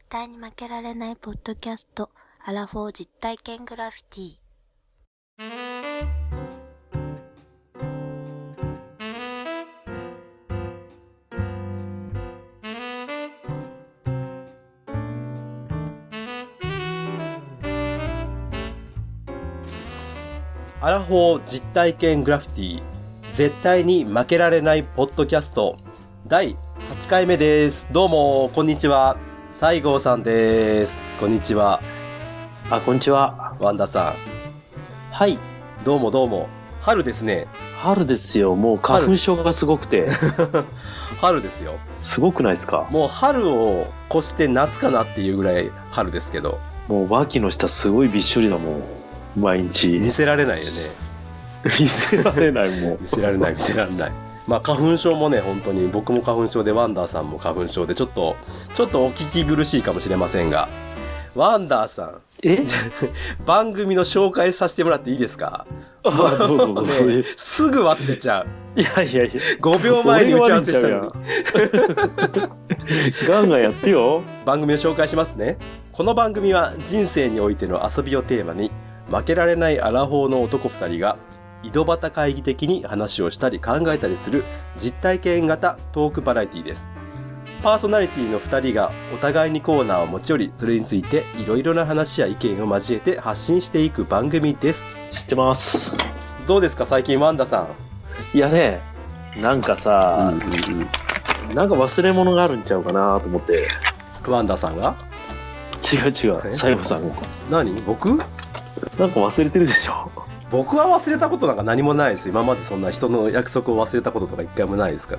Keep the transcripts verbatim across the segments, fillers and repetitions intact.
対に負けられないポッドキャスト、アラフォー実体験グラフィティ。 アラフォー実体験グラフィティ、絶対に負けられないポッドキャストだいはちかいめです。どうもこんにちは、西郷さんです。こんにちは。 あ、こんにちは。 ワンダさん。 はい。 どうもどうも。春ですね。 春ですよ。もう花粉症がすごくて。 春ですよ。 すごくないですか？ もう春を越して夏かなっていうぐらい春ですけど。 もう脇の下すごいびっしょりだもん。毎日。 見せられないよね。 見せられないもん。 見せられない見せられない。まあ花粉症もね、本当に僕も花粉症で、ワンダーさんも花粉症で、ちょっとちょっとお聞き苦しいかもしれませんが、ワンダーさん、 え番組の紹介させてもらっていいですか？ あ、どうぞどうぞ。 ね、すぐ忘れちゃう。 いやいやいや、 ごびょうまえに打ち合わせしたのに。 ガンガンやってよ。 番組を紹介しますね。この番組は人生においての遊びをテーマに、負けられないアラフォーの男ふたりが井戸端会議的に話をしたり考えたりする実体験型トークバラエティです。パーソナリティのふたりがお互いにコーナーを持ち寄り、それについていろいろな話や意見を交えて発信していく番組です。 知ってます。 どうですか最近ワンダさん？いやね、なんかさ、 うんうんうん、なんか忘れ物があるんちゃうかなと思って。 ワンダさんが？ 違う違う、西郷さんが。何？ 僕？ なんか忘れてるでしょ。 僕は忘れたことなんか何もないですよ。今までそんな人の約束を忘れたこととか一回もないですから。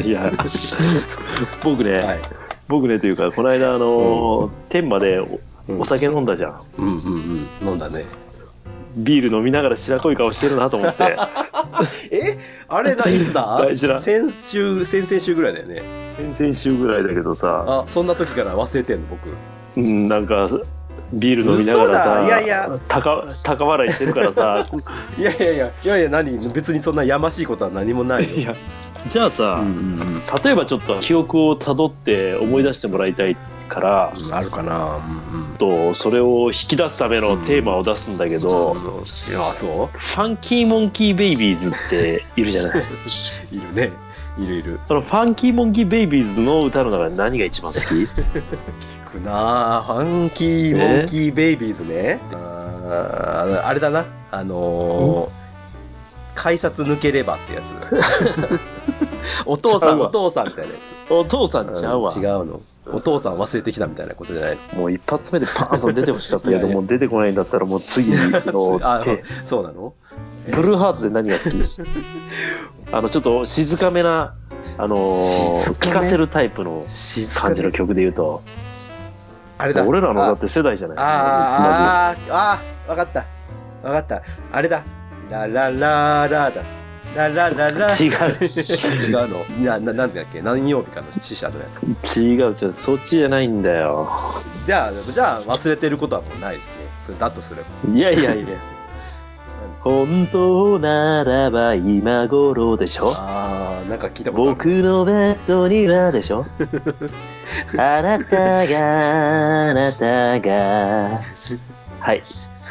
いや僕ね、はい、僕ねというかこの間あの、うん、天満で お,、うん、お酒飲んだじゃん。 うんうんうん飲んだね。 ビール飲みながら白濃い顔してるなと思って。 えあれだいつだ？先週先々週ぐらいだよね。 先々週ぐらいだけどさ。 あ、そんな時から忘れてんの僕。 うん、なんかビール飲みながらさ、 いやいや高, 高笑いしてるからさ。 いやいやいやいやいや何別にそんなやましいことは何もないよ。 いやじゃあさ、うんうんうん、例えばちょっと記憶をたどって思い出してもらいたいから、 うん、あるかな、うんうん、 とそれを引き出すためのテーマを出すんだけど、うんうん、いやそうファンキーモンキーベイビーズっているじゃない。 いるね、いるいる。 そのファンキーモンキーベイビーズの歌の中で何が一番好き？ 聞くなファンキーモンキーベイビーズね。あ, あれだな、あのー、改札抜ければってやつ。お父さんお父さんみたいなやつ。 お父さんちゃうわ、 うん、違うの。お父さん忘れてきたみたいなことじゃないの。 もう一発目でパーンと出てほしかったけどもう出てこないんだったらもう次のあそうなの？ ブルーハーツで何が好き？あのちょっと静かめな、あのー、聴かせるタイプの感じの曲で言うとあれだ、 俺らのだって世代じゃない。 ああああ分かった分かった、あれだ、ララララだ、ララララ違う違うのな、な、なんだっけ、何曜日かの死者のやつ。違う違う、そっちじゃないんだよ。 じゃあじゃあ忘れてることはもうないですね。それだとすれば。 いやいやいや本当ならば今頃でしょ。 あーなんか聞いたことある。 僕のベッドにはでしょ。あなたがあなたがはい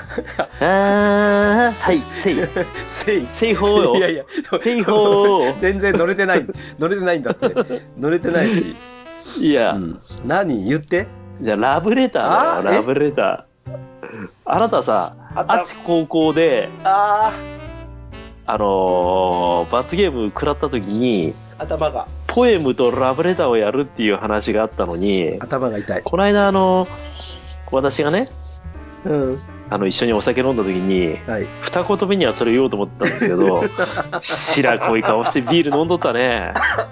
あーはいせいせいせいほうよ。 いやいやせいほう全然乗れてない乗れてないんだって乗れてないし。 いや、 うん、何言って。 じゃあラブレターだよ。ラブレター。あなたさ、あっち高校でああのー、罰ゲーム食らった時に頭がポエムとラブレターをやるっていう話があったのに、 頭が痛い。 この間あの私がね、 うん、 あの一緒にお酒飲んだ時に、はい、二言目にはそれ言おうと思ったんですけど白濃い顔してビール飲んどったね。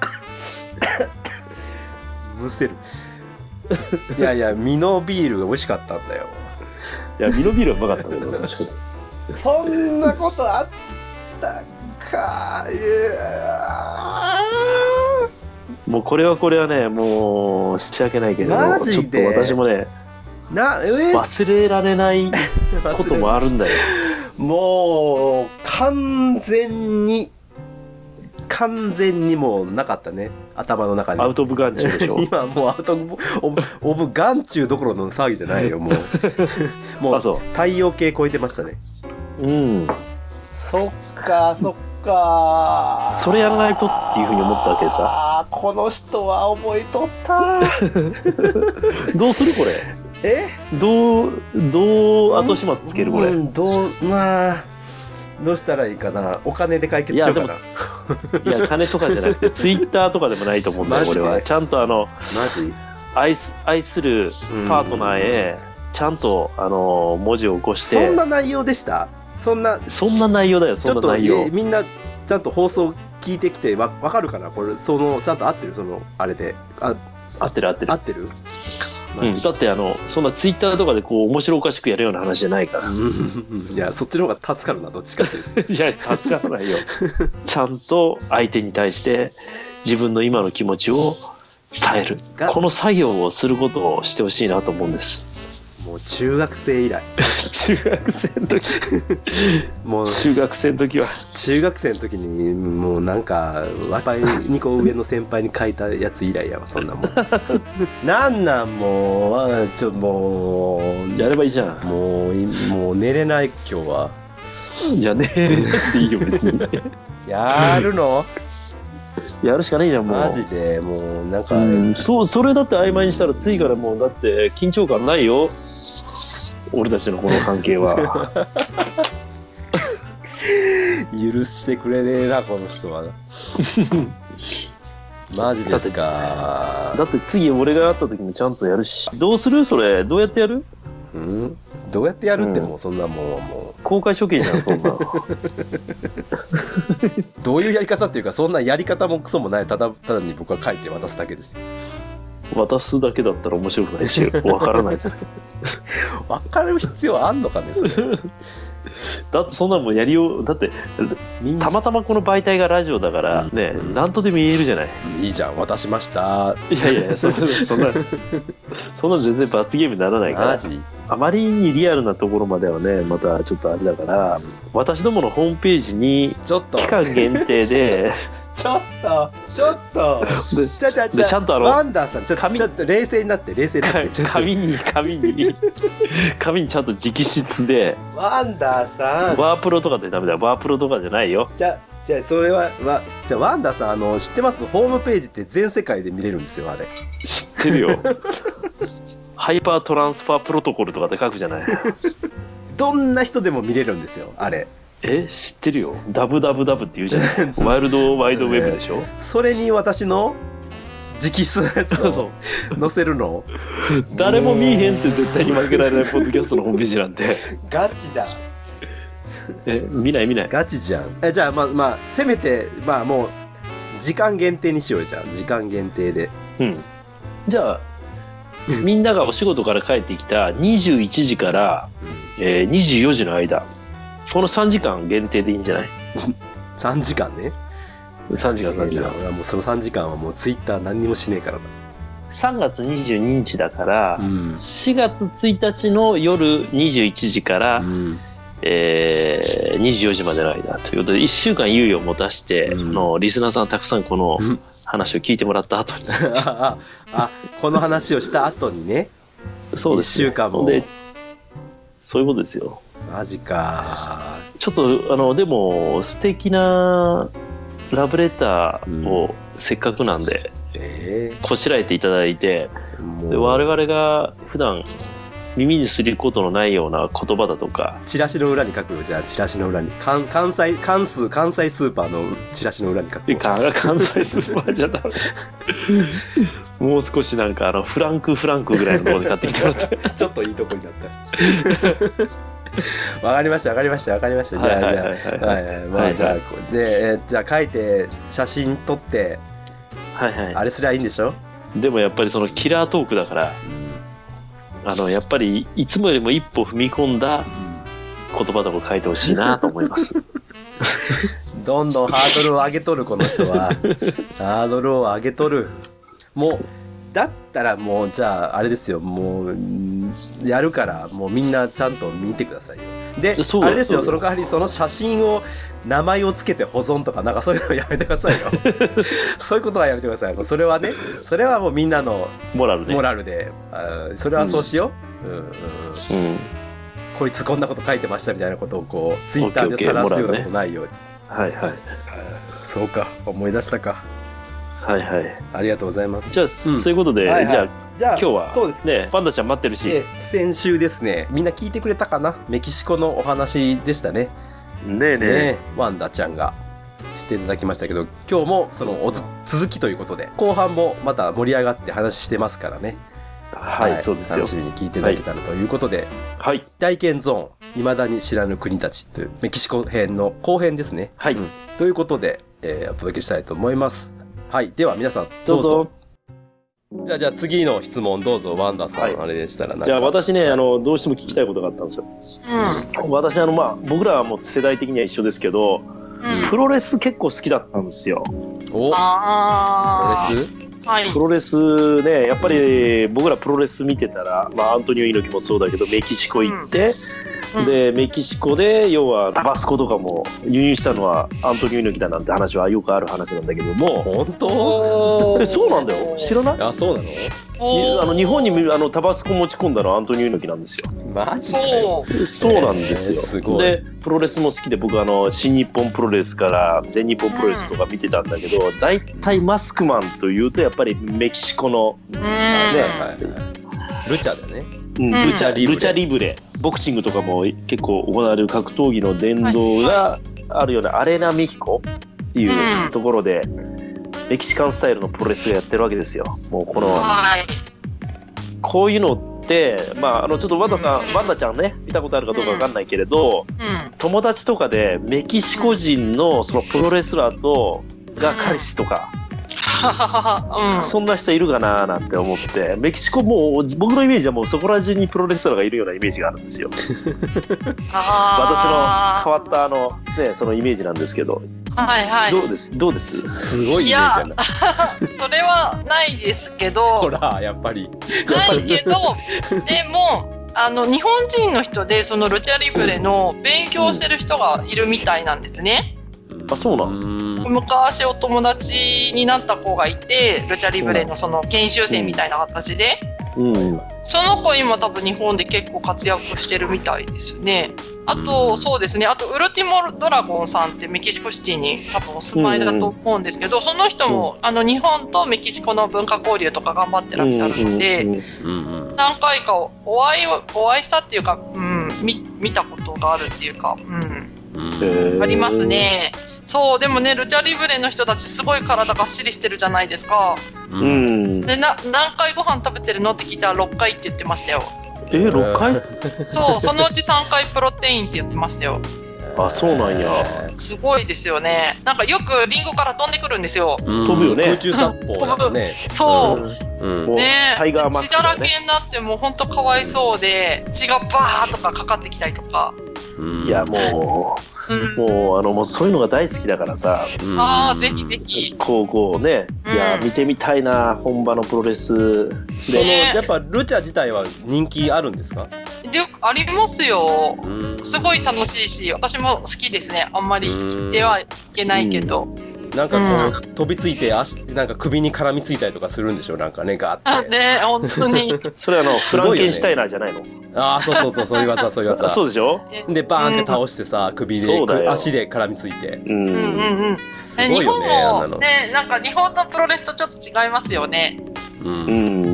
むせる。いやいやミノビールが美味しかったんだよ。 いやミノビールはうまかったけど確かに。 そんなことあったか。 もうこれはこれはね、もう仕訳ないけどマジでちょっと私もねな、え忘れられないこともあるんだよ。 もう完全に完全にもうなかったね。 頭の中に。 アウト・オブ・眼中でしょ。 今もうアウト・オブ・オブ眼中どころの騒ぎじゃないよもう。もう太陽系超えてましたね。 うん。 そっかそっか。 それやらないとっていうふうに思ったわけでさ。 あこの人は覚えとった。 どうするこれ。 え？ どうどう後始末つけるこれ。 うんどうまあどうしたらいいかな。お金で解決しようかな。 いや金とかじゃなくてツイッターとかでもないと思うんだよ俺は。ちゃんとあのマジ愛す愛するパートナーへちゃんとあの文字を起こして。 そんな内容でした？そんなそんな内容だよ。そんな内容。 ちょっとみんなちゃんと放送聞いてきてわ分かるかなこれ。そのちゃんと合ってるそのあれであ合ってる合ってる合ってる。 うん、だってあのそんなツイッターとかでこう面白おかしくやるような話じゃないから。 いやそっちの方が助かるなどっちかっていう。 いや助からないよ。ちゃんと相手に対して自分の今の気持ちを伝えるこの作業をすることをしてほしいなと思うんです。 もう中学生以来。 中学生の時もう中学生の時は中学生の時にもうなんか若いにこ上の先輩に書いたやつ以来やわそんなもん。なんなんもうちょもうやればいいじゃん。 もうもう寝れない今日は。 じゃあ寝れなくていいよ別に。 やるの？ やるしかないじゃんもう。 マジでもうなんか、 うん、そうそれだって曖昧にしたら次からもうだって緊張感ないよ俺たちのこの関係は。 許してくれねえなこの人は。マジですか。 だって、だって次俺が会った時もちゃんとやるし。どうするそれどうやってやる？ うん、どうやってやるってもうそんなもんはもう公開処刑じゃんそんな。 どういうやり方っていうかそんなやり方もクソもない。ただただに僕は書いて渡すだけですよ。 渡すだけだったら面白くないしわからないじゃない。 分かる必要あんのかねそれ。 だってそんなもんやりようだってたまたまこの媒体がラジオだからね、うん、何とでも言えるじゃない。 いいじゃん渡しました。 いやいやそんなそんなそんな全然罰ゲームにならないから。 マジあまりにリアルなところまではねまたちょっとあれだから、うん、私どものホームページにちょっと期間限定でちょっとちょっとでちゃちゃちゃちゃんとあのワンダーさんちょっとちょっと冷静になって冷静になってちょっと紙に紙に紙にちゃんと直筆でワンダーさんワープロとかでダメだよ。ワープロとかじゃないよ。 じゃじゃあそれはわじゃあワンダーさんあの知ってます？ホームページって全世界で見れるんですよあれ。 知ってるよ。ハイパートランスファープロトコルとかで書くじゃない。 どんな人でも見れるんですよあれ。 え知ってるよ。ダブダブダブって言うじゃない。ワイルドワイドウェブでしょ。 それに私の直筆のやつを載せるの誰も見えへんって絶対に負けられないポッドキャストのホームページなんて。 ガチだ。 え見ない見ない。 ガチじゃん。えじゃあまあまあせめてまあもう時間限定にしようよ。じゃあ時間限定で。 うん。じゃあみんながお仕事から帰ってきたにじゅういちじから、うんえー、にじゅうよじの間このさんじかん限定でいいんじゃない？ さんじかんね。 さんじかんさんじかん。 俺はもうそのさんじかんはもうツイッター何にもしねえからな。 さんがつにじゅうににちだから、 うん、 しがつついたちの夜にじゅういちじから、うんえー、にじゅうよじまでの間ということでいっしゅうかん猶予を持たして、うん、のリスナーさんたくさんこの話を聞いてもらった後にああこの話をした後にね。 そうですね。いっしゅうかんもでそういうことですよ。 マジか。 ちょっとあのでも素敵なラブレターをせっかくなんで、うんえー、こしらえていただいてで我々が普段耳にすることのないような言葉だとかチラシの裏に書くよ。じゃあチラシの裏に関関西関数関西スーパーのチラシの裏に書く。 関西スーパーじゃダメ。もう少しなんかあのフランクフランクぐらいのところで買ってきてもらってちょっといいとこになった。わかりましたわかりましたわかりました。じゃあじゃあはいはいまあじゃあでじゃあ書いて写真撮ってはいはいあれすりゃいいんでしょ。 でもやっぱりそのキラートークだから。あのやっぱりいつもよりも一歩踏み込んだ言葉とか書いてほしいなと思います。 どんどんハードルを上げとるこの人は。ハードルを上げとる。もうだったらもうじゃああれですよもうやるからもうみんなちゃんと見てくださいよ。 であれですよ、その代わりその写真を名前をつけて保存とかなんかそういうのやめてくださいよそういうことはやめてください。もうそれはね、それはもうみんなのモラル、ね、 モラルで、あそれはそうしよう、うんうんうんうんこいつこんなこと書いてましたみたいなことをこうツイッターで晒すようなことないように、ね、 はいはい、 そうか、思い出したか。 はいはい、 ありがとうございます。 じゃあ、うん、そういうことで、はいはい、じゃあじゃあ今日はそうですね、 パンダちゃん待ってるし、 え先週ですね、みんな聞いてくれたかな、メキシコのお話でしたね。 ねえねえ、 ワンダちゃんがしていただきましたけど、今日もそのお続きということで後半もまた盛り上がって話してますからね。 はい、はい、そうですよ。 楽しみに聞いていただけたらということで、 はい、 体験ゾーン未だに知らぬ国たちというメキシコ編の後編ですね。 はい、 うん、ということで、えー、お届けしたいと思います。はい、では皆さんどうぞ。どうぞ。じゃあじゃあ次の質問どうぞ。ワンダさん、はい、あれでしたらなんか。 じゃあ私ね、あのどうしても聞きたいことがあったんですよ。うん、私あのまあ僕らはもう世代的には一緒ですけど、うん、プロレス結構好きだったんですよ。 お、あ、プロレス。 はい、プロレスね、やっぱり僕らプロレス見てたら、まあ、アントニオ猪木もそうだけどメキシコ行って、うん、でメキシコで要はタバスコとかも輸入したのはアントニオ猪木だなんて話はよくある話なんだけども。 本当？ え、そうなんだよ。知らない？ あ、そうなの？ あの日本にあのタバスコ持ち込んだのはアントニオ猪木なんですよ。 マジかよ。 そうなんですよ。えー、すごい。でプロレスも好きで、僕あの新日本プロレスから全日本プロレスとか見てたんだけど、だいたいマスクマンというとやっぱりメキシコの、ね、 ルチャだよね。 うん、ルチャリブレ、ルチャリブレ、ボクシングとかも結構行われる格闘技の殿堂があるようなアレナメヒコっていうところで、メキシカンスタイルのプロレスがやってるわけですよ。もうこの、はい、こういうのって、まあ、あのちょっとワンダさん、ワンダちゃんね、見たことあるかどうかわかんないけれど、うん、友達とかでメキシコ人のそのプロレスラーとが彼氏とか、うん、そんな人いるかななんて思って、メキシコもう僕のイメージはもうそこら中にプロレスラーがいるようなイメージがあるんですよ。私の変わったあの、ね、そのイメージなんですけど、 はいはい、 どうですどうですすごいイメージあるな。 それはないですけど、 ほらやっぱりないけどでもあの日本人の人でそのルチャリブレの勉強してる人がいるみたいなんですね。 あ、そうなの。 昔お友達になった子がいて、ルチャリブレのその研修生みたいな形で、うん、その子今多分日本で結構活躍してるみたいですね。あと、うん、そうですね、あとウルティモドラゴンさんってメキシコシティに多分お住まいだと思うんですけど、うん、その人も、うん、あの日本とメキシコの文化交流とか頑張ってらっしゃるので、うんうんうん、何回かお会いお会いしたっていうか、うん、見, 見たことがあるっていうか、うんうん、ありますね。そう、でもね、ルチャリブレの人たちすごい体がっしりしてるじゃないですか。うん、でな何回ご飯食べてるのって聞いたらろっかいって言ってましたよ。 えー、ろっかい？ そう、そのうちさんかいプロテインって言ってましたよ。 あ、そうなんや。 すごいですよね。なんかよくリンゴから飛んでくるんですよ。 飛ぶよね。 空中散歩だね。 そう。 うん、 ね、 タイガーマスク血だらけになってもう本当かわいそうで、血がバーとかかかってきたりとか。 いやもう、うん、もうあのもうそういうのが大好きだからさ、 うん、ああぜひぜひこうこうね、うん、いや見てみたいな本場のプロレスで、ね、やっぱルチャ自体は人気あるんですか？ ありますよ、うん、すごい楽しいし私も好きですね。あんまり言ってはいけないけど、うん、 なんかこう、うん、飛びついて足なんか首に絡みついたりとかするんでしょ？なんかねガーって。 あね本当にそれあのフランケンシュタイナーじゃないの？ ああそうそうそうそういう技そういう技。 そうでしょ？ でバーンって倒してさ、うん、首で足で絡みついて。 うんうんうん。すごいよねあんなの。ねなんか日本のプロレスとちょっと違いますよね。 うん。うん、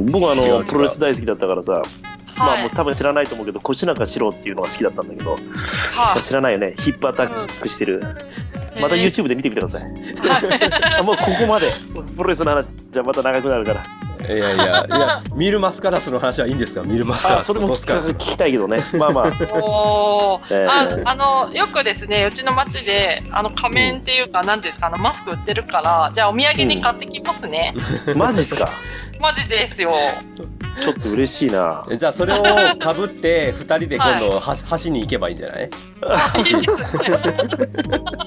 僕はあのプロレス大好きだったからさ。まあもう多分知らないと思うけど腰中四郎っていうのが好きだったんだけど、はあ、知らないよね。ヒップアタックしてる、うん、また YouTube で見てみてください、えー、もうここまでプロレスの話じゃまた長くなるから。 いやいやいやミルマスカラスの話はいいんですか？ミルマスカラス。 あそれも聞きたいけどね。まあまあお、えー、あ, あのよくですねうちの町であの仮面っていうか何、うん、ですかあのマスク売ってるからじゃあお土産に買ってきますね、 うん、マジっすか？ マジですよ。 ちょっと嬉しいな。 じゃあそれをかぶってふたりで今度は、はい、橋に行けばいいんじゃない？ あいいですね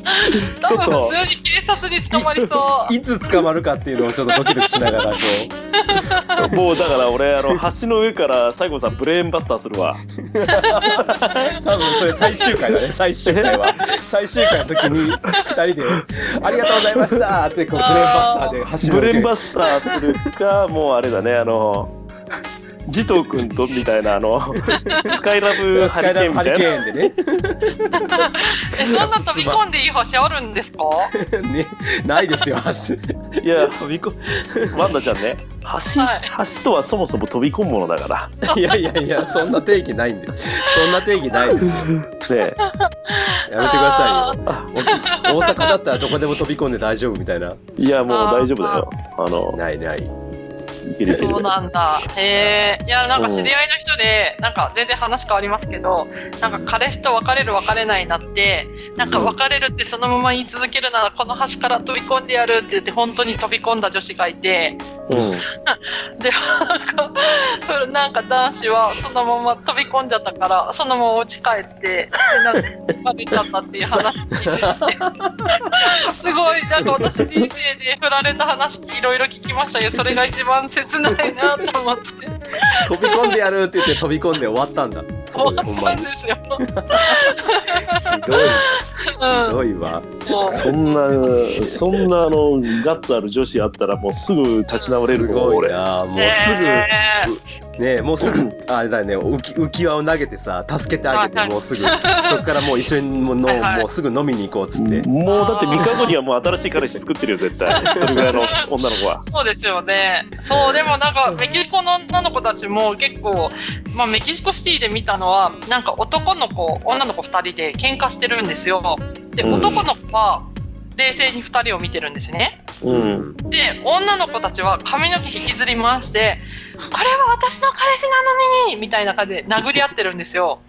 多分普通に警察に捕まりそういつ捕まるかっていうのをちょっとドキドキしながらこうもうだから俺あの橋の上から西郷さんブレーンバスターするわ多分それ最終回だね。最終回は最終回の時にふたりでありがとうございましたってこうブレーンバスターで走る。 ブレーンバスターするかもうあれだねあの慈瞳君とみたいなあのスカイラブハリケーンみたいな。ハリケーンでねえ、そんな飛び込んでいい橋あるんですか？ ね、ないですよ橋。いや飛び込ワンダちゃんね、橋、はい、橋とはそもそも飛び込むものだから。 いやいやいや、そんな定義ないんで。そんな定義ないですよ。ねえ、やめてくださいよ。大阪だったらどこでも飛び込んで大丈夫みたいな。 いやもう大丈夫だよ。あのないない。 そうなんだ。へえ。いやなんか知り合いの人でなんか全然話変わりますけど、なんか彼氏と別れる別れないになって、なんか別れるってそのまま言い続けるならこの橋から飛び込んでやるって言って本当に飛び込んだ女子がいて、うん、でなんかなんか男子はそのまま飛び込んじゃったからそのまま家帰ってなんか別れちゃったっていう話聞いてすごいなんか私人生で振られた話いろいろ聞きましたよ。それが一番切ないなと思って飛び込んでやるって言って飛び込んで終わったんだ。 終わったんですよ。 ひどい、ひどいわ。 うん、そんなそんなあのガッツある女子あったらもうすぐ立ち直れると思う。俺もうすぐ、えー、ねもうすぐあれだね浮き、浮き輪を投げてさ助けてあげて、はいはい、もうすぐそこからもう一緒にもの、はいはい、もうすぐ飲みに行こうっつって。 もうだってみっかごにはもう新しい彼氏作ってるよ絶対。それぐらいの女の子は。 そうですよね。そうでもなんかメキシコの女の子たちも結構、まあ、メキシコシティで見たのはなんか男の子女の子ふたりで喧嘩してるんですよ。で、うん、男の子は冷静にふたりを見てるんですね、うん、で女の子たちは髪の毛引きずり回してこれは私の彼氏なのにみたいな感じで殴り合ってるんですよ、うん、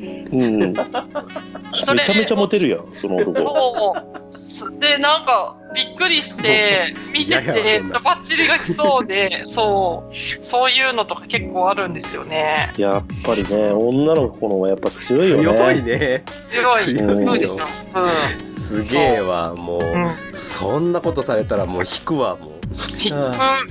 それめちゃめちゃモテるやんその男。 そうでなんかびっくりして見ててバッチリが来そうでそうそういうのとか結構あるんですよね。 やっぱりね女の子の方がやっぱ強いよね。 強いね。 強い強いですよ、 うんすげえわもう、うん、そんなことされたらもう引くわもう引く、うん、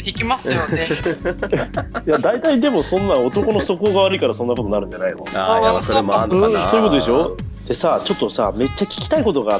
引きますよね。 いや大体でもそんな男の素行が悪いからそんなことになるんじゃないの。 ああそれもあんのかな、 うん、そういうことでしょ。でさちょっとさめっちゃ聞きたいことがあって、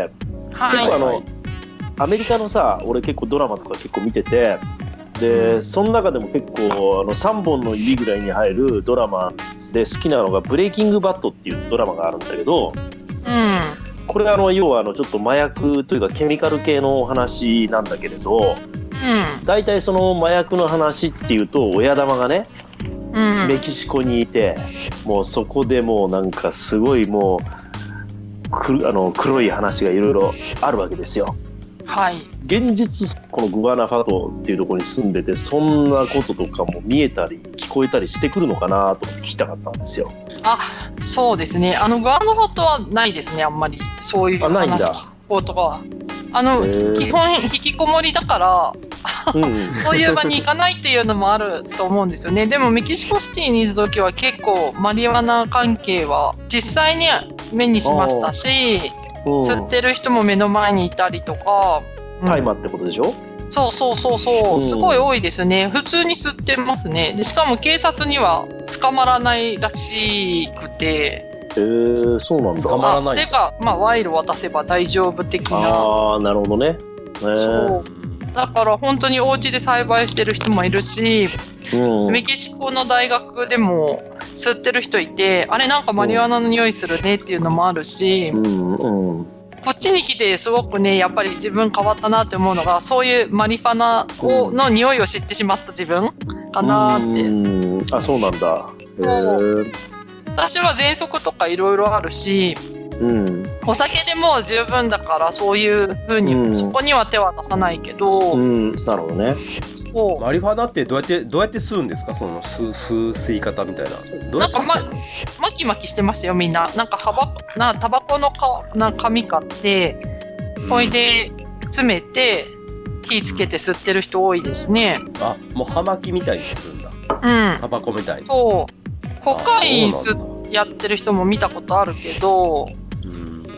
はい、結構あの、はい、アメリカのさ俺結構ドラマとか結構見ててで、うん、その中でも結構あのさんぼんの指ぐらいに入るドラマで好きなのがブレイキングバッドっていうドラマがあるんだけど、うんこれあの要はあのちょっと麻薬というかケミカル系の話なんだけれど、うん、大体その麻薬の話っていうと親玉がね、うん、メキシコにいてもうそこでもうなんかすごいもうくあの黒い話がいろいろあるわけですよ。 はい。 現実このグアナファトっていうところに住んでてそんなこととかも見えたり聞こえたりしてくるのかなと思って聞きたかったんですよ。 あ、そうですね。あのグアナファトはないですね。あんまりそういう話聞こうとかは。あの基本引きこもりだから、うん、そういう場に行かないっていうのもあると思うんですよね。でもメキシコシティにいる時は結構マリワナ関係は実際に目にしましたし。吸ってる人も目の前にいたりとか。 大麻ってことでしょ。 そうそうそうそう、すごい多いですね。普通に吸ってますね。でしかも警察には捕まらないらしくて。 へー、そうなんだ。 捕まらない。 てかまあ賄賂渡せば大丈夫的な。 ああなるほどね。 そうだから本当にお家で栽培してる人もいるし、うん、メキシコの大学でも吸ってる人いて、あれなんかマリワナの匂いするねっていうのもあるし、うんうん、こっちに来てすごくねやっぱり自分変わったなって思うのがそういうマリファナをの匂いを知ってしまった自分かなって。 うん、あ、そうなんだ。へー。 私は喘息とかいろいろあるし、うん、お酒でも十分だからそういう風に、うん、そこには手は出さないけど、 うん、なるほどね。 そうマリファナってどうやってどうやって吸うんですか、その吸吸吸い方みたいな。どうやって吸ってんの？ なんか、ま、巻き巻きしてますよみんな。なんか幅なタバコのかな紙買ってほいで詰めて火つけて吸ってる人多いですね。 あ、もう葉巻みたいにするんだ。 うん。 タバコみたいに。 そう。コカイン吸やってる人も見たことあるけど、うん、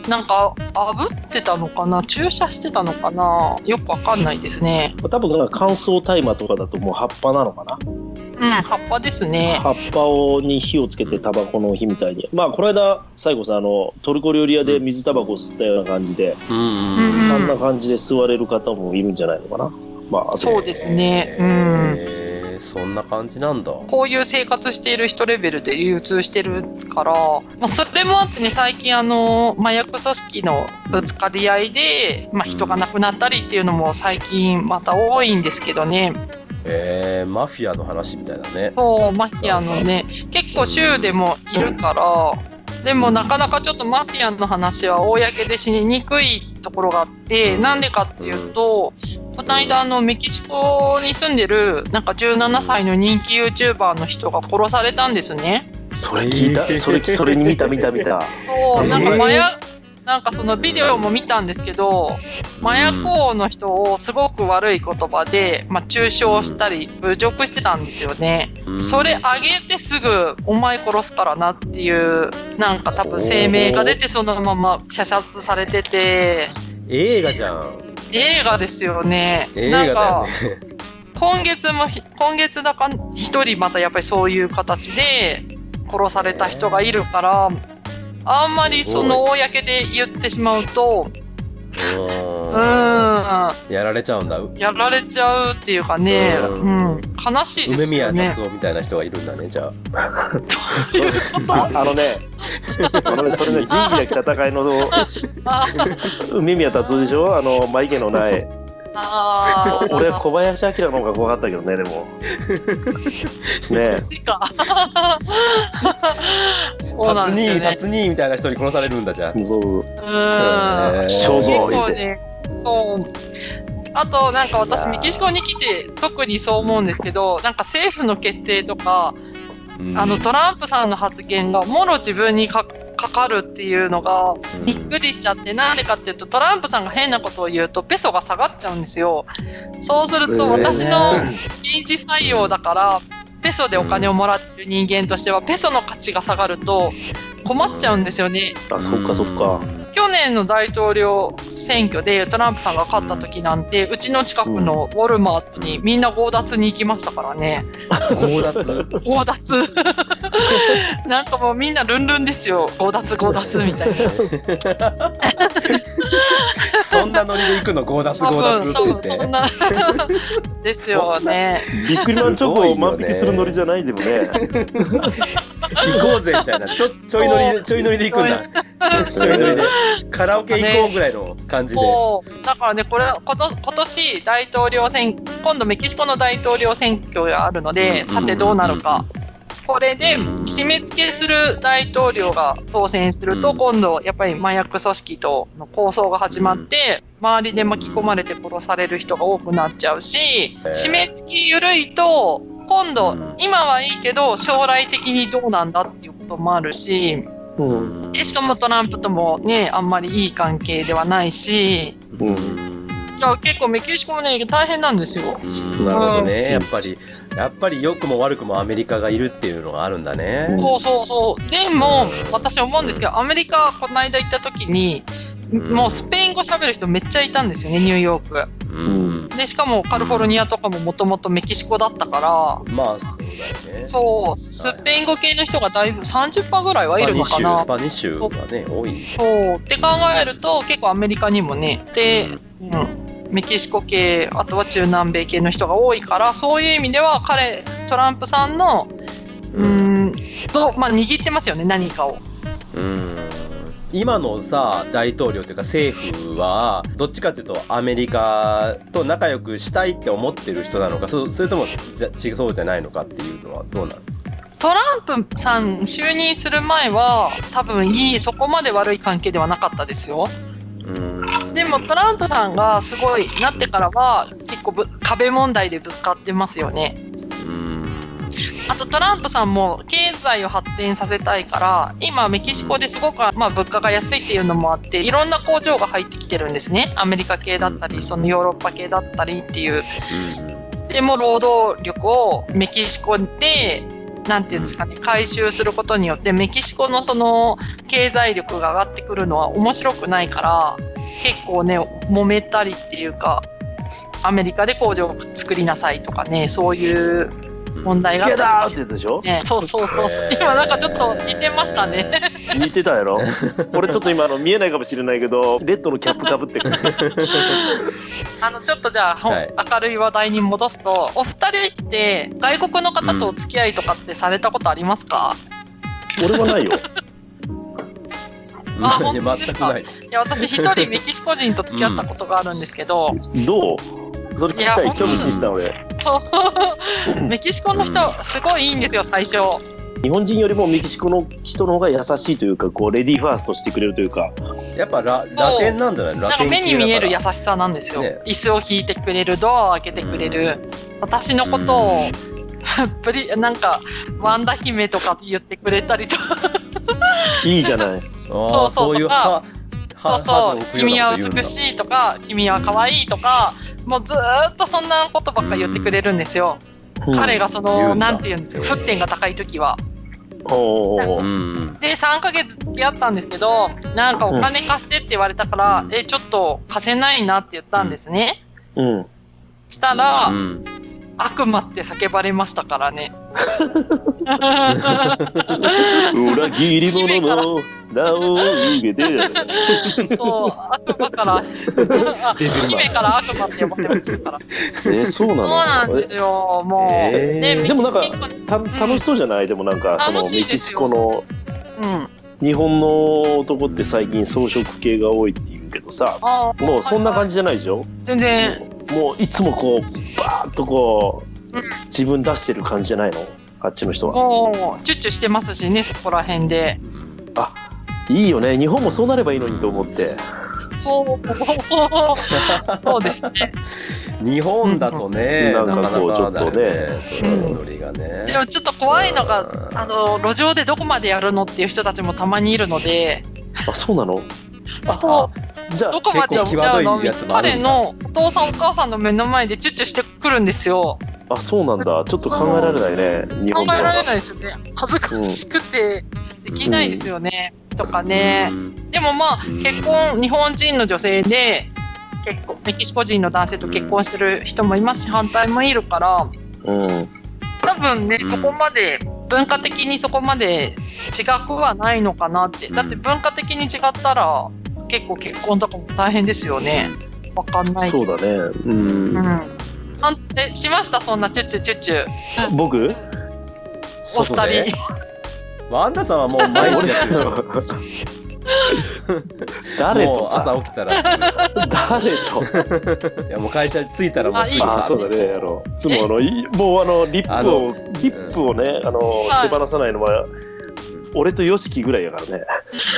なんか炙ってたのかな、注射してたのかな、よくわかんないですね。 多分なんか乾燥大麻とかだともう葉っぱなのかな。 うん、葉っぱですね。 葉っぱをに火をつけてタバコの火みたいに、まあこの間最後さ、あのトルコ料理屋で水タバコを吸ったような感じで、うんうん、あんな感じで吸われる方もいるんじゃないのかな。まあそうですね。うん。 そんな感じなんだ。 こういう生活している人レベルで流通してるから、まあ、それもあってね、最近あの麻薬組織のぶつかり合いで、まあ、人が亡くなったりっていうのも最近また多いんですけどね。 えー、マフィアの話みたいだね。 そう、マフィアのね、結構州でもいるから、でもなかなかちょっとマフィアの話は公でしにくいところがあって、なんでかっていうと、この間あのメキシコに住んでるなんかじゅうななさいの人気 YouTuber の人が殺されたんですね。 それ聞いた、それそれに見た見た見た。 そう、なんか麻薬、なんかそのビデオも見たんですけど、麻薬王の人をすごく悪い言葉で、まあ、中傷したり侮辱してたんですよね。それあげてすぐお前殺すからなっていうなんか多分声明が出て、そのまま射殺されてて。 映画じゃん。 映画ですよね。 映画だよね。なんか今月も今月だか一人またやっぱりそういう形で殺された人がいるから、あんまりその公で言ってしまうと、うーん、やられちゃうんだ。 やられちゃうっていうかね、うん、悲しいですよね。 梅宮達夫みたいな人がいるんだね、じゃあ。 どういうこと？ あのね、あのね、それね、仁義なき戦いの梅宮達夫でしょ、あの眉毛のない。あ俺は小林明の方が怖かったけどね、でもねえそうなんですよね。 達兄みたいな人に殺されるんだじゃん。 そう、うん、 肖像画で、そう。あとなんか私メキシコに来て特にそう思うんですけど、なんか政府の決定とか、うん、あのトランプさんの発言がもろ自分にかかかるっていうのがびっくりしちゃって、なんでかっていうと、トランプさんが変なことを言うとペソが下がっちゃうんですよ。そうすると私の臨時採用だからペソでお金をもらってる人間としてはペソの価値が下がると困っちゃうんですよね。 あ、そっかそっか。 去年の大統領選挙でトランプさんが勝った時なんて、うちの近くのウォルマートにみんな強奪に行きましたからね。 強奪強奪なんかもうみんなルンルンですよ。強奪強奪みたいなそんなノリで行くの、強奪強奪って言って。そんなですよね。 ビックリマンチョコを万引きするノリじゃないでもね行こうぜみたいな、ちょちょいノリでちょいノリで行くんだちょいノリでカラオケ行こうぐらいの感じで、ね、 だからね、これ今年大統領選、今度メキシコの大統領選挙があるので、うん、さてどうなるか、うん、これで締め付けする大統領が当選すると、うん、今度やっぱり麻薬組織との抗争が始まって、うん、周りで巻き込まれて殺される人が多くなっちゃうし、うん、締め付け緩いと今度、うん、今はいいけど将来的にどうなんだっていうこともあるし、うん、でしかもトランプともね、あんまりいい関係ではないし、うん、いや結構メキシコもね大変なんですよ。 うん、なるほどね、やっぱりやっぱり良くも悪くもアメリカがいるっていうのがあるんだね。 そうそうそう。でも、うん、私思うんですけど、アメリカこの間行った時に、うん、もうスペイン語喋る人めっちゃいたんですよね、ニューヨーク。うん、でしかもカリフォルニアとかももともとメキシコだったから、 まあそうだよね。 そうスペイン語系の人がだいぶ さんじゅっパーセント ぐらいはいるのかな。 スパニッシュがね多い。 そうって考えると結構アメリカにもね、で、うんうん、メキシコ系、あとは中南米系の人が多いから、そういう意味では彼トランプさんのうーんと、まあ、握ってますよね、何かを。 うーん、今のさ大統領というか政府はどっちかというとアメリカと仲良くしたいって思ってる人なのか、 そ, それともじゃ違うそうじゃないのかっていうのはどうなんですか。 トランプさん就任する前は多分いいそこまで悪い関係ではなかったですよ。うーん、でもトランプさんがすごいなってからは結構ぶ壁問題でぶつかってますよね。うーん、あとトランプさんも経済を発展させたいから今メキシコですごく、まあ、物価が安いっていうのもあっていろんな工場が入ってきてるんですね。アメリカ系だったりそのヨーロッパ系だったりっていう。でも労働力をメキシコでなんていうんですかね、回収することによってメキシコのその経済力が上がってくるのは面白くないから、結構ね揉めたりっていうか、アメリカで工場を作りなさいとかね、そういう問題があったりしてたでしょ、 ね、そうそうそうそう、今なんかちょっと似てましたね。 似てたやろ。俺ちょっと今の見えないかもしれないけど、レッドのキャップかぶってる。 あのちょっとじゃあ、はい、明るい話題に戻すと、お二人って外国の方とお付き合いとかってされたことありますか？ うん、俺はないよ。 あ、本当ですか？いや、私一人メキシコ人と付き合ったことがあるんですけど、 うん、どう？それ聞きたい。興味津した俺。 そうメキシコの人すごいいいんですよ、最初。 日本人よりもメキシコの人の方が優しいというか、こうレディーファーストしてくれるというか、 やっぱ ラ, ラテンなんじゃない？ラテン系だから。なんか目に見える優しさなんですよ、ね、椅子を引いてくれる、ドアを開けてくれる、うん、私のことをプリなんかワンダ姫とか言ってくれたりとかいいじゃない。 そうそうとか、そうそう、君は美しいとか、君は可愛いとか、もうずーっとそんなことばっかり言ってくれるんですよ、うん、彼がその、うん、なんて言うんですか、沸点が高い時は。 おでさんかげつ付き合ったんですけど、なんかお金貸してって言われたから、うん、えちょっと貸せないなって言ったんですね、 うん、 したら、うん、悪魔って叫ばれましたからね。 裏切り者の名を受けてそう、悪魔から姫から悪魔って呼ばれましたから。 えー、そうなの？ そうなんですよ、もう、 えー、で, でもなんかた楽しそうじゃない？でもなんかそのメキシコの、うん、日本の男って最近草食系が多いっていうけどさ、もうそんな感じじゃないでしょ？ 全然。 もういつもこうバーッとこう、うん、自分出してる感じじゃないの？あっちの人は。 もうチュッチュしてますしね、そこら辺で。 あ、いいよね。日本もそうなればいいのにと思って。 そうそうですね。 日本だとね、 うん、なんかこうちょっとね、 そういうノリがね。 でもちょっと怖いのが、あの路上でどこまでやるのっていう人たちもたまにいるので。 あ、そうなの？ そう。じゃあどこまでやっちゃうの？彼のお父さんお母さんの目の前でチュッチュしてくるんですよ。 あ、そうなんだ。ちょっと考えられないね。日本では考えられないですよね。恥ずかしくてできないですよね、うん、とかね、うん、でもまあ結婚、日本人の女性で結構メキシコ人の男性と結婚してる人もいますし、反対もいるから、うん、多分ね、そこまで文化的にそこまで違くはないのかなって。だって文化的に違ったら結構結婚とかも大変ですよね。わかんないけど。 そうだね。うん。うん、 え、しました？そんなチュッチュチュッチュ。 僕？ お二人。 ワンダさんはもう毎日やってるよ。 誰とさ？ 朝起きたら。 誰と？ いやもう会社着いたらもうすぐ。 あ、そうだね。あのいつもあのもうあのリップをリップをね、あの手放さないのは。俺とヨシキぐらいやからね。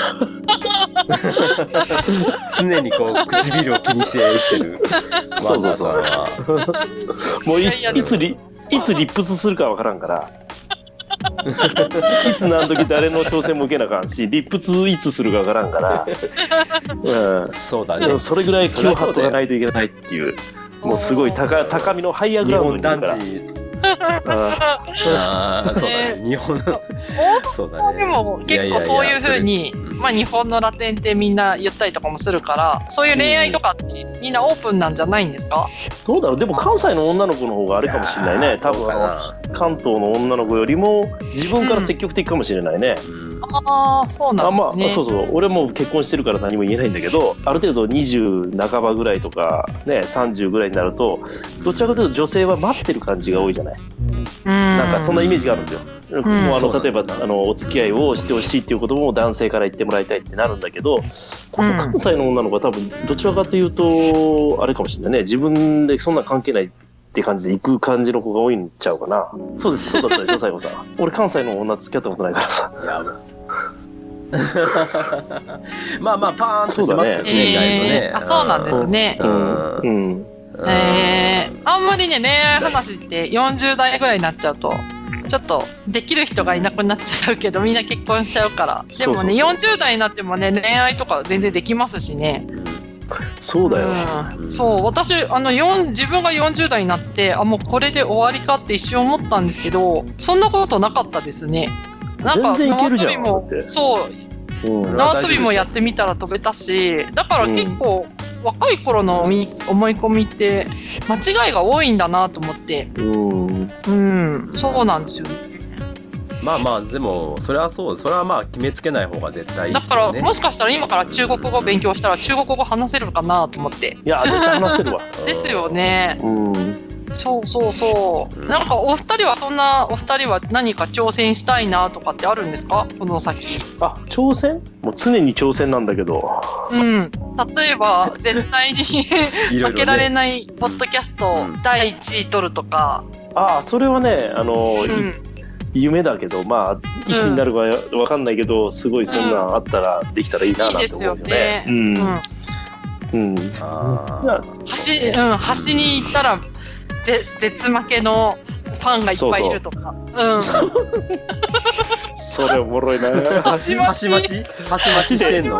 常にこう唇を気にして生きてる。 そうそうそう。もういついつリいつリップスするかわからんから。いつ何時誰の挑戦も受けなあかんし、リップスいつするかわからんから。 うん、そうだね。 それぐらい気を張っとかないといけないっていう。もうすごい 高, 高みのハイヤーグラウンドにいるから。 ああ、そうだね。日本のそうだね。でも結構そういう風に、まあ日本のラテンってみんな言ったりとかもするから、そういう恋愛とかってみんなオープンなんじゃないんですか？ どうだろう。でも関西の女の子の方があれかもしれないね。多分あの関東の女の子よりも自分から積極的かもしれないね。うん、 ああ、そうなんですね。 あ、まあ、そうそう。俺も結婚してるから何も言えないんだけど、ある程度にじゅう半ばぐらいとかね、さんじゅうぐらいになると、どちらかというと女性は待ってる感じが多いじゃない。なんかそんなイメージがあるんですよ。うん、もうあの例えばあのお付き合いをしてほしいっていうことも男性から言ってもらいたいってなるんだけど、多分関西の女の子は多分どちらかというとあれかもしれないね。自分でそんな関係ないって感じで行く感じの子が多いんちゃうかな。そうです。そうだったでしょ、最後さん。俺関西の女付き合ったことないからさ。 まあまあパーンとしますよね、意外とね。 あ、そうなんですね。うん。うんえー、あんまりね恋愛話ってよんじゅう代ぐらいになっちゃうとちょっとできる人がいなくなっちゃうけどみんな結婚しちゃうから。でもね、よんじゅう代になってもね恋愛とか全然できますしね。 そうだよ、 うん、そう私あの自分がよんじゅう代になってあもうこれで終わりかって一瞬思ったんですけどそんなことなかったですね。なんか全然いけるじゃん縄跳びもそう、うん、縄跳びもやってみたら飛べたしだから結構、うん、若い頃の思い込みって間違いが多いんだなと思って、うん、うん、そうなんですよね。 まあまあでもそれはそうそれはまあ決めつけない方が絶対いいですよね。 だからもしかしたら今から中国語勉強したら中国語話せるかなと思って。 いや絶対話せるわですよね、うん、そうそうそう、うん、なんかお二人はそんなお二人は何か挑戦したいなとかってあるんですかこの先。 あ挑戦もう常に挑戦なんだけどうん例えば絶対に負けられないポッドキャストだいいちい取るとか、 うん、ああそれはねあの、うん夢だけどまあいつになるか分かんないけど、うん、すごいそんなんあったらできたらいいななんて思うよね。いいですよね。うん。うん。 あ橋うん橋に行ったらぜ絶負けのファンがいっぱいいるとか。そうそううん。 それおもろいな。 橋待ち橋待ちしてんの。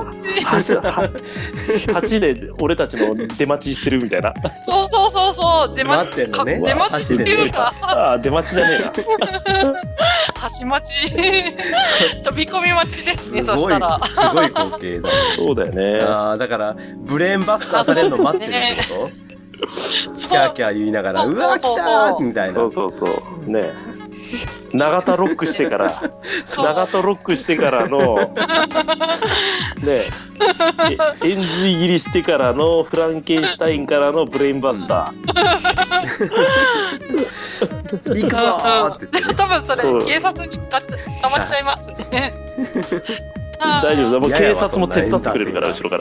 橋で俺たちの出待ちしてるみたいな。 そうそうそうそう出待ってんのね。 出待ちっていうか。 ああ出待ちじゃねえな。 橋待ち飛び込み待ちですね。そしたらすごい光景だ。 そうだよね。 ああだからブレーンバスターされるの待ってるってこと？キャーキャー言いながらうわ来たーみたいな。 そうそうそうね。長田ロックしてから長田ロックしてからのね円髄切りしてからのフランケンシュタインからのブレインバスター行くぞーって言って、ね、 多分それ警察に使っ捕まっちゃいますね大丈夫だもう警察も手伝ってくれるから後ろから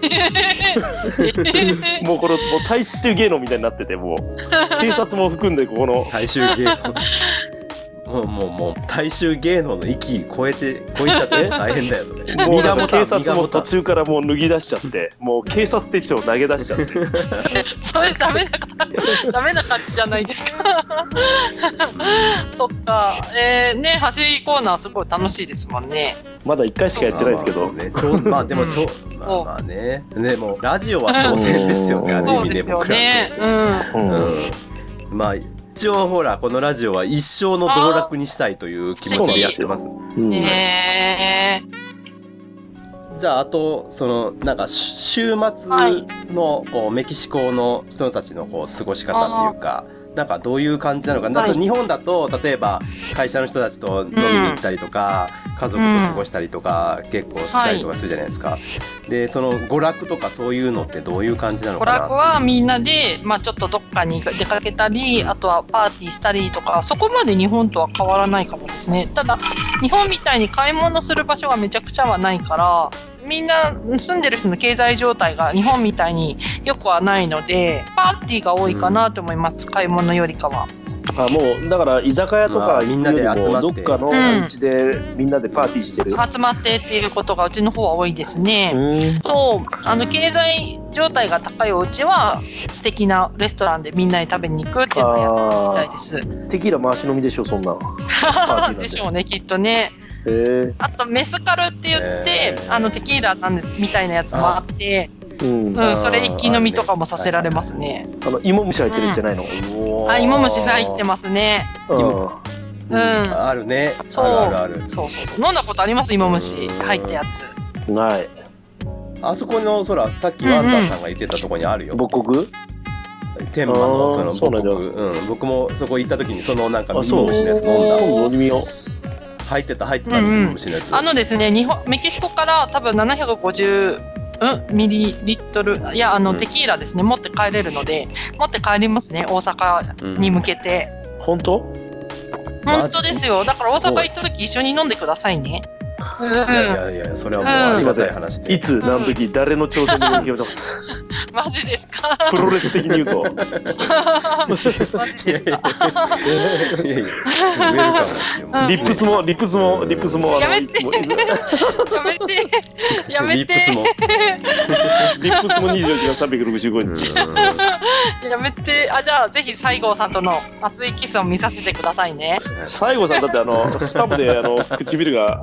もうこれもう大衆芸能みたいになっててもう警察も含んでここの大衆芸能もうもうもう大衆芸能の域超えて超えちゃって大変だよそれ。 もう警察も途中からもう脱ぎ出しちゃってもう警察手帳投げ出しちゃってそれダメなダメな感じじゃないですかそっかえー、ね走りコーナーすごい楽しいですもんね。 まだいっかいしかやってないですけど、 まあ、ね、ちょまあでもちょ、うん、まあまあねでもラジオは挑戦ですよね、うん、ある意味で僕らって、ねうんうん、まあ一応ほらこのラジオは一生の道楽にしたいという気持ちでやってます。うんえー、じゃああとそのなんか週末のこうメキシコの人たちのこう過ごし方っていうかなんかどういう感じなのかだと日本だと例えば会社の人たちと飲みに行ったりとか、うん、家族と過ごしたりとか、うん、結構したりとかするじゃないですか、はい、でその娯楽とかそういうのってどういう感じなのかな。 娯楽はみんなで、まあ、ちょっとどっかに出かけたりあとはパーティーしたりとかそこまで日本とは変わらないかもですね。ただ日本みたいに買い物する場所がめちゃくちゃはないからみんな住んでる人の経済状態が日本みたいによくはないのでパーティーが多いかなと思います、うん、買い物よりかは。 あもうだから居酒屋とかみんなで集まってどっかのお家でみんなでパーティーしてる、 うん、集まってっていうことがうちの方は多いですね。そうあの経済状態が高いお家は素敵なレストランでみんなで食べに行くっていうのをやっていきたいです。 テキーラ回し飲みでしょそんなでしょうねきっとね。あとメスカルって言ってあのテキーラなんですみたいなやつもあってうんうん、それ一気飲みとかもさせられますね。 あの芋虫入ってるやつじゃないの、 うん、あ芋虫入ってますね。 うん、うん、あるねそうあるあるあるそうそうそう飲んだことあります芋虫入ったやつ。 ないあそこのそらさっきワンダーさんが言ってたところにあるよ、 うんうん、母国天満のその母国うん、僕もそこ行った時にそのなんか芋虫のやつ飲んだ飲みよ入ってた入ってたんですよ、芋虫のやつ。 あのですね日本メキシコから多分ななひゃくごじゅううん、ミリリットルいやあの、うん、テキーラですね持って帰れるので持って帰りますね大阪に向けて、 うん、本当本当ですよ。だから大阪行った時一緒に飲んでくださいね。 いやいやいやそれはもうありがたい話で、 いつ何時、うん、誰の挑戦で決めてますマジですかプロレス的に言うとマジですかいやいやリップスもリップスもリップスもやめてやめてやめてリップスもにじゅうよじかんさんびゃくろくじゅうごにちやめてあじゃあぜひ西郷さんとの熱いキスを見させてくださいね。 西郷さんだってあのスパムであの唇が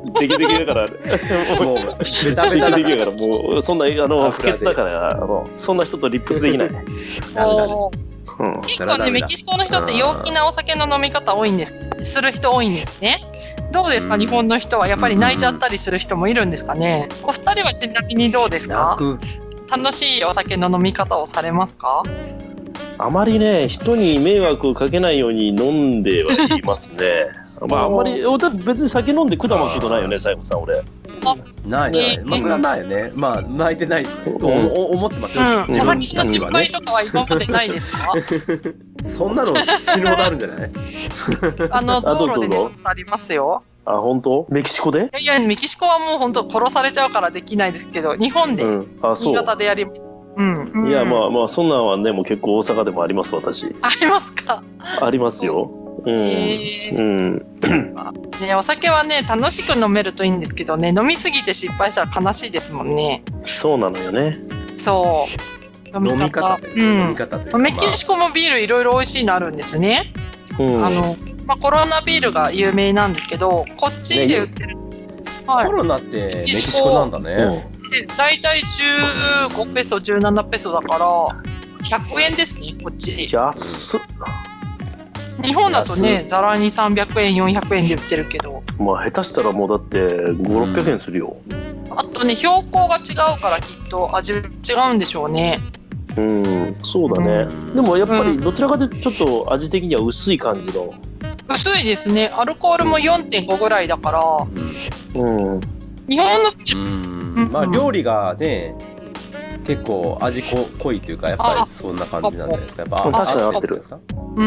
デキデキだからもうベタベタだからデキデキだからもうそんなあの不潔だからあのそんな人とリップスできない。 うん、結構ねメキシコの人って陽気なお酒の飲み方多いんですする人多いんですね。どうですか、うん、日本の人はやっぱり泣いちゃったりする人もいるんですかね。お二人はちなみにどうですか。楽しいお酒の飲み方をされますか。 あまりね人に迷惑をかけないように飲んではいますね。まああんまり別に酒飲んで管巻くことないよね西郷さん俺。 ないない、まあそれはないよね。まあ泣いてないと思ってますよ、 うん、お酒の失敗とかは今までないですか。 そんなの死ぬほどあるんじゃない。 あの道路でねありますよ。 あ本当？メキシコで？ いやいやメキシコはもう本当殺されちゃうからできないですけど日本で、うん、あそう新潟でやります。うんうん、 いやまあまあそんなんはねもう結構大阪でもあります私。 ありますか。 ありますよ。うん、えー、うんね、お酒はね楽しく飲めるといいんですけどね飲みすぎて失敗したら悲しいですもんね。 そうなのよね。 そう飲み方、うん、飲み方というか、 メキシコもビールいろいろ美味しいのあるんですね、うん、あのまあ、コロナビールが有名なんですけどこっちで売ってる、ねはい、コロナってメキシコなんだね。 でだいたいじゅうごペソじゅうななペソだからひゃくえんですねこっち。 安っ。 日本だとねざらにさんびゃくえんよんひゃくえんで売ってるけどまあ下手したらもうだってごろっぴゃくえんするよ、うん、あとね標高が違うからきっと味違うんでしょうね。 うんそうだね、うん、でもやっぱりどちらかというとちょっと味的には薄い感じの、 薄いですね。アルコールも よんてんご ぐらいだから、うん、日本のビール、 うんうん、まあ料理がね結構味こ濃いというかやっぱりそんな感じなんじゃないですか。やっぱ確かに合ってるんですか。うん、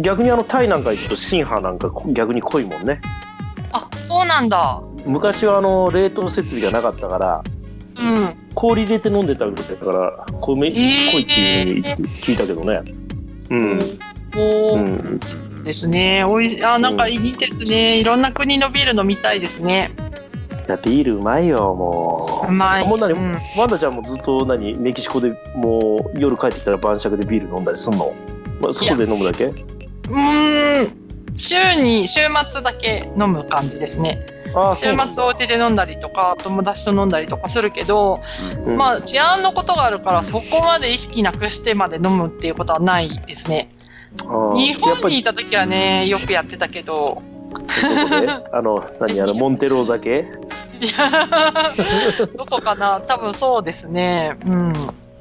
逆にあのタイなんか行くとシンハなんか逆に濃いもんね。 あそうなんだ。 昔はあの冷凍設備がなかったから、うん、氷入れて飲んでたぐらいだからこうめ、えー、濃いっていう風に聞いたけどね。うん。 おー、うん、ですね。おいしあなんかいいですね、うん。いろんな国のビール飲みたいですね。 いやビールうまいよもう。 うまい。 もう何、うん、ワンダちゃんもずっと何メキシコでもう夜帰ってきたら晩酌でビール飲んだりすんの？まあ、外で飲むだけ？うーん週に週末だけ飲む感じですね。あ週末お家で飲んだりとか友達と飲んだりとかするけど、うん、まあ治安のことがあるからそこまで意識なくしてまで飲むっていうことはないですね。日本にいた時はねよくやってたけど。 あの何あのモンテロー酒？いやどこかな多分そうですね。うん。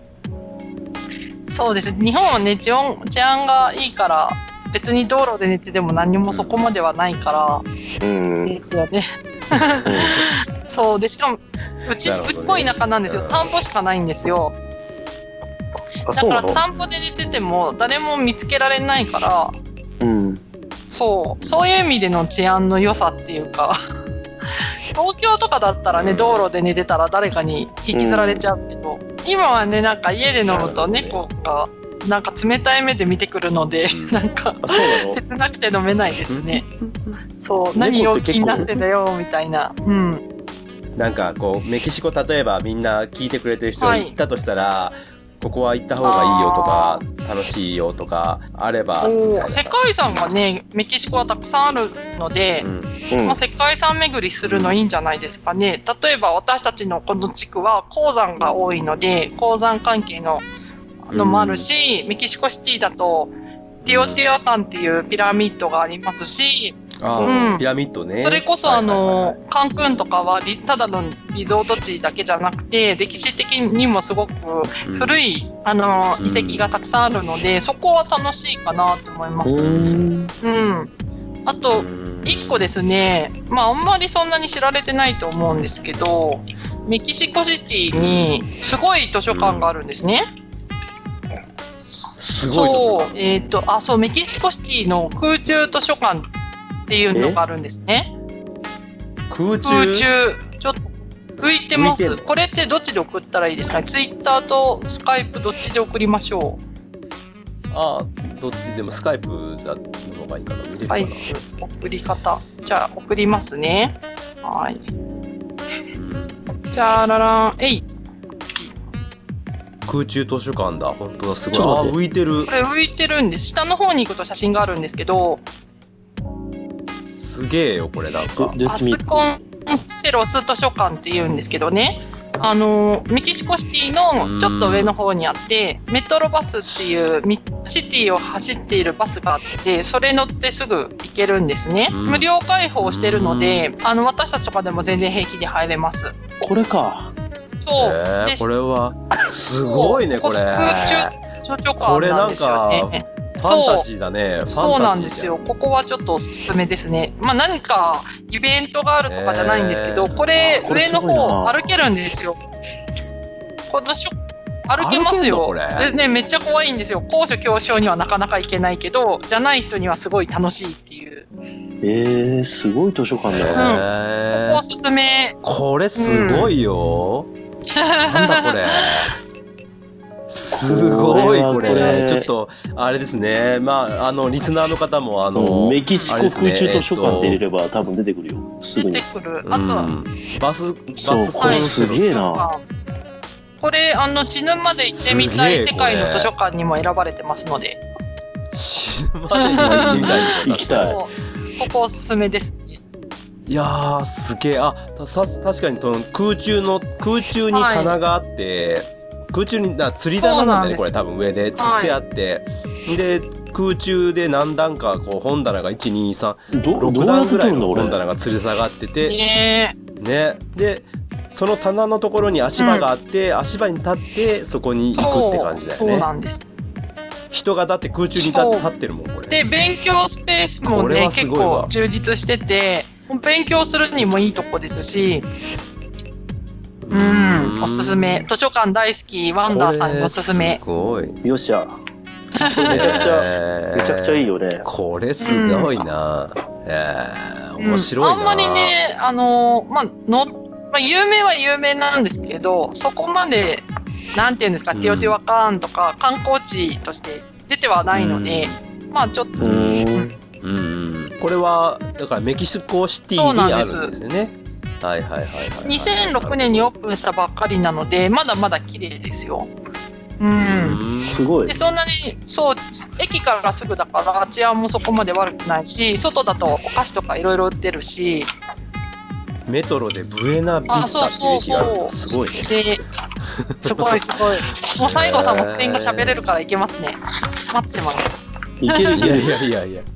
そうです。日本はね治安、治安がいいから別に道路で寝てでも何もそこまではないから、うん、ですよね。そうでしかもうちすっごい田舎なんですよ。田んぼしかないんですよ。だから田んぼで寝てても誰も見つけられないから、うん、そうそういう意味での治安の良さっていうか。東京とかだったらね道路で寝てたら誰かに引きずられちゃうけど、うん、今はねなんか家で飲むと猫がなんか冷たい目で見てくるので、うん、なんか切なくて飲めないですね。そう何陽気になってんだよみたいな、うん、 なんかこうメキシコ例えばみんな聞いてくれてる人が行ったとしたら、はい、ここは行った方がいいよとか楽しいよとかあれば。 世界遺産がねメキシコはたくさんあるので、うんまあ、世界遺産巡りするのいいんじゃないですかね。例えば私たちのこの地区は鉱山が多いので鉱山関係ののもあるし、うん、メキシコシティだとティオティワカンっていうピラミッドがありますし、 あ、うん、ピラミッドね。 それこそあの、はいはいはい、カンクンとかはただのリゾート地だけじゃなくて歴史的にもすごく古い、うん、あの遺跡がたくさんあるので、うん、そこは楽しいかなと思います。うん、うん、あといっこですね、まああんまりそんなに知られてないと思うんですけどメキシコシティにすごい図書館があるんですね。 すごい図書館。 そう、えーと、あ、そうメキシコシティの空中図書館っていうのがあるんですね。 空中？ 空中ちょっと浮いてます。これってどっちで送ったらいいですかね。ツイッターとスカイプどっちで送りましょう。 ああ、どっちでもスカイプだの方がいいかな。 スカイプ送り方。じゃあ送りますね。はい。じゃあララン、えい。 空中図書館だ。本当だ、すごい。あ、浮いてる。 これ浮いてるんです。下の方に行くと写真があるんですけど。 すげえよこれなんか。 パソコンモンセロス図書館っていうんですけどね、あのメキシコシティのちょっと上の方にあって、メトロバスっていうシティを走っているバスがあって、それ乗ってすぐ行けるんですね。無料開放してるので、あの私たちとかでも全然平気で入れます。 これか。 そう、 えー、これはすごいね。これ空中図書館なんですよね。 ファンタジーだね。 そうなんですよ。ここはちょっとおすすめですね。まあ何かイベントがあるとかじゃないんですけど、これ上の方歩けるんですよ。このしょ歩けますよ。でね、めっちゃ怖いんですよ。高所恐怖症にはなかなか行けないけど、じゃない人にはすごい楽しいっていう。 えー、すごい図書館だよね。 うん、ここおすすめ。 これすごいよ。うん、なんだこれ。すごいこれ、これちょっとあれですね。まああのリスナーの方もあの、 うん、メキシコ空中図書館って入れれば、えっと、多分出てくるよ。すぐに出てくる。あと、うん、 バスバスこれすげえな。 これあの死ぬまで行ってみたい世界の図書館にも選ばれてますので。 死ぬまで行ってみたい行きたい。 ここおすすめですね。 いやーすげえ。あさ確かにその空中の空中に棚があって。はい、空中にだ釣り棚なんだね。これ多分上で釣ってあって、はい、で空中で何段かこう本棚がいちにさんろく段ぐらいの本棚が吊り下がってて、 ねね、でその棚のところに足場があって、うん、足場に立ってそこに行くって感じだよね。 そう、そうなんです。 人がだって空中に立って立ってるもんこれ。 で勉強スペースもね結構充実してて、勉強するにもいいとこですし。うん、おすすめ。図書館大好きワンダーさんにおすすめ。 すごい。 よっしゃ。めちゃくちゃめちゃくちゃいいよね。 これすごいな。うん、えー、面白いな、 うん。あんまりね、あのまあのまあ有名は有名なんですけど、そこまでなんていうんですか、うん、ティオティワカーンとか観光地として出てはないので、うん、まあちょっと。うん。 うん、これはだからメキシコシティにあるんですよね。はいはいはいはい、 にせんろくねんにオープンしたばっかりなのでまだまだ綺麗ですよ。うん、 すごい。 でそんなにそう駅からすぐだから治安もそこまで悪くないし、外だとお菓子とかいろいろ売ってるし、 メトロでブエナビスタっていう駅があるのすごいね。 ですごいすごい。もう西郷さんもスペイン語喋れるから行けますね。待ってます。 いける。 いやいやいやいや。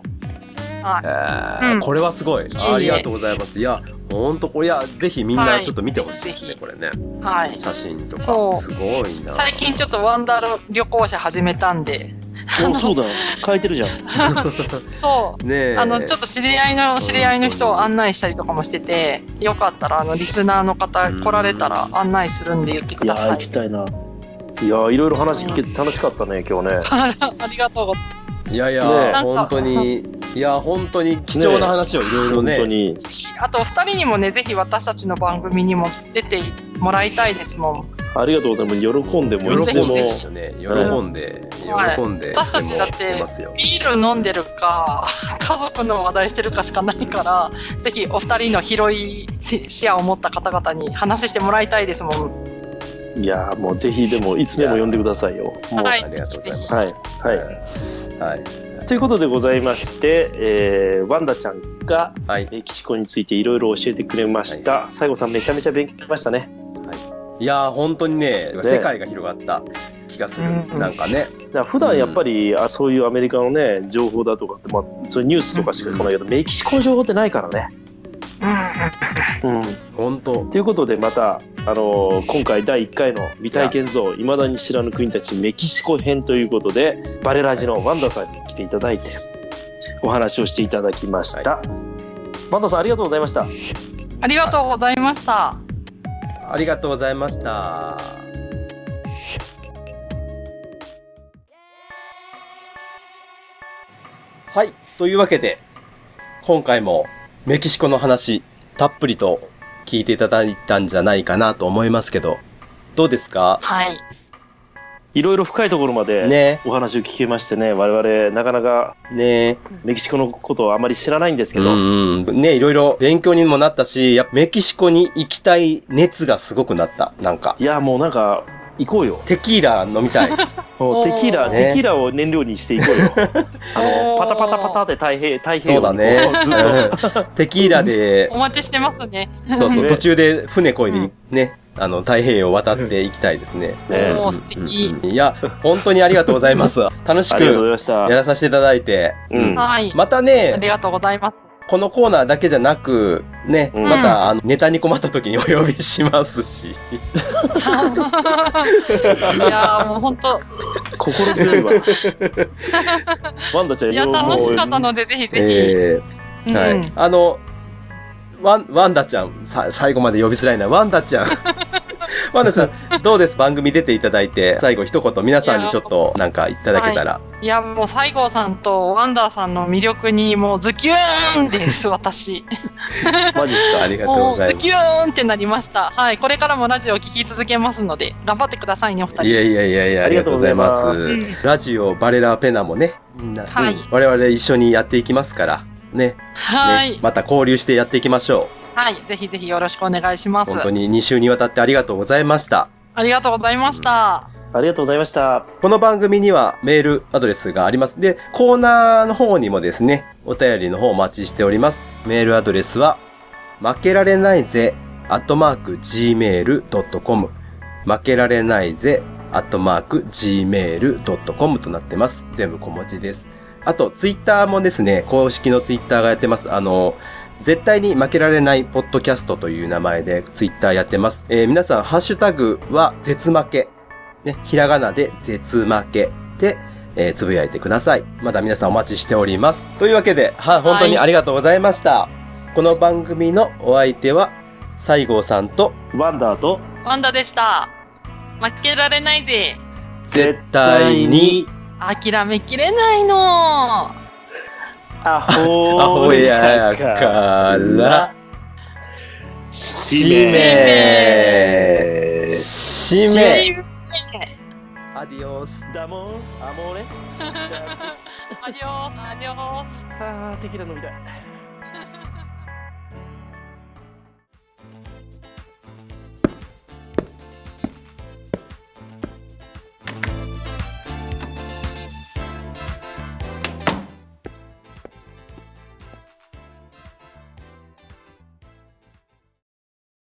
はい、うん、これはすごい。ありがとうございます。いや。ほんとこれやぜひみんなちょっと見てほしいですね、はい、これね、 はい、 写真とかすごいな。 最近ちょっとワンダー旅行者始めたんで。 おそうだ書いてるじゃん。 そうね、あのちょっと知り合いの知り合いの人を案内したりとかもしてて、よかったらあのリスナーの方来られたら案内するんで言ってください。いや行きたいな。いやいろいろ話聞けて楽しかったね今日ね。 ありがとうございます。 いやいや、ね、本当にいや本当に貴重な話をいろいろね。 本当に。 あとふたりにもねぜひ私たちの番組にも出てもらいたいですもん。 ありがとうございます。喜んでもいつでも、 ね、喜んで、うん、喜んで、 私たちだってビール飲んでるか家族の話題してるかしかないから、ぜひお二人の広い視野を持った方々に話してもらいたいですもん。 いやもうぜひでもいつでも呼んでくださいよ。もうはい、 ありがとうございます。 はいはいはい。ということでございまして、えー、ワンダちゃんがメキシコについていろいろ教えてくれました。はい、西郷さんめちゃめちゃ勉強になりましたね。 はい、いや本当にね世界が広がった気がする、うん、なんかね。 だから普段やっぱり、うん、あそういうアメリカのね情報だとかって、まあ、そういうニュースとかしか来ないけど、うん、メキシコの情報ってないからね。うん、 本当。 ということでまた、あのー、今回だいいっかいの未体験像いまだに知らぬ国たちメキシコ編ということでバレラジのワンダさんに来ていただいてお話をしていただきました。はい、ワンダさんありがとうございました。 ありがとうございました。 ありがとうございました。はい、というわけで今回もメキシコの話たっぷりと聞いていただいたんじゃないかなと思いますけど、どうですか？ はい。 いろいろ深いところまでお話を聞けましてね、我々なかなかねメキシコのことをあまり知らないんですけど、 うんうん、ねいろいろ勉強にもなったし、やっぱメキシコに行きたい熱がすごくなった。なんかいやもうなんか行こうよ。 テキーラ飲みたい。 テキーラ、ね、テキーラを燃料にしていこうよ。あのパタパタパタで太平太平洋。 そうだね。テキーラでお待ちしてますね。 そうそう、途中で船こいでね、あの太平洋を渡っていきたいですね。 おお、素敵。 いや本当にありがとうございます。楽しくやらさせていただいて、 はい。 またね、ありがとうございます。 このコーナーだけじゃなくね、うん、またあのネタに困った時にお呼びしますし。いやもう本当心強いわ。ワンダちゃん、 いや楽しかったのでぜひぜひ。 えー、はい、うん、あのワンワンダちゃんさ最後まで呼びづらいなワンダちゃん。ワンダちゃんどうです？番組出ていただいて最後一言皆さんにちょっとなんかいただけたら。 はい、いやもう西郷さんとワンダーさんの魅力にもうズキューンです私。 マジですか？ありがとうございます。 ズキューンってなりました。はい、これからもラジオ聞き続けますので頑張ってくださいねお二人。 いやいやいやいやありがとうございます。ラジオバレラペナもねみんな、 はい、 我々一緒にやっていきますからね。 はい、 ね、また交流してやっていきましょう。 はい、ぜひぜひよろしくお願いします。 本当にに週にわたってありがとうございました。 ありがとうございました。 ありがとうございました。 この番組にはメールアドレスがあります。で、コーナーの方にもですね、お便りの方お待ちしております。メールアドレスは、負けられないぜ、アットマーク、ジーメールドットコム。負けられないぜ、アットマーク、ジーメールドットコム となってます。全部小文字です。あと、ツイッターもですね、公式のツイッターがやってます。あの、絶対に負けられないポッドキャストという名前でツイッターやってます。えー、皆さん、ハッシュタグは、絶負け。ね、ひらがなで、絶負けで、えー、つぶやいてください。まだ皆さんお待ちしております。というわけで、は、本当にありがとうございました。はい、この番組のお相手は、西郷さんと、 ワンダーと、 ワンダでした。負けられないぜ。 絶対に、 諦めきれないの。 アホアホやからしめしめアディオスダモンアモーレアディオスアディオス。 あーテキーラ飲みたい。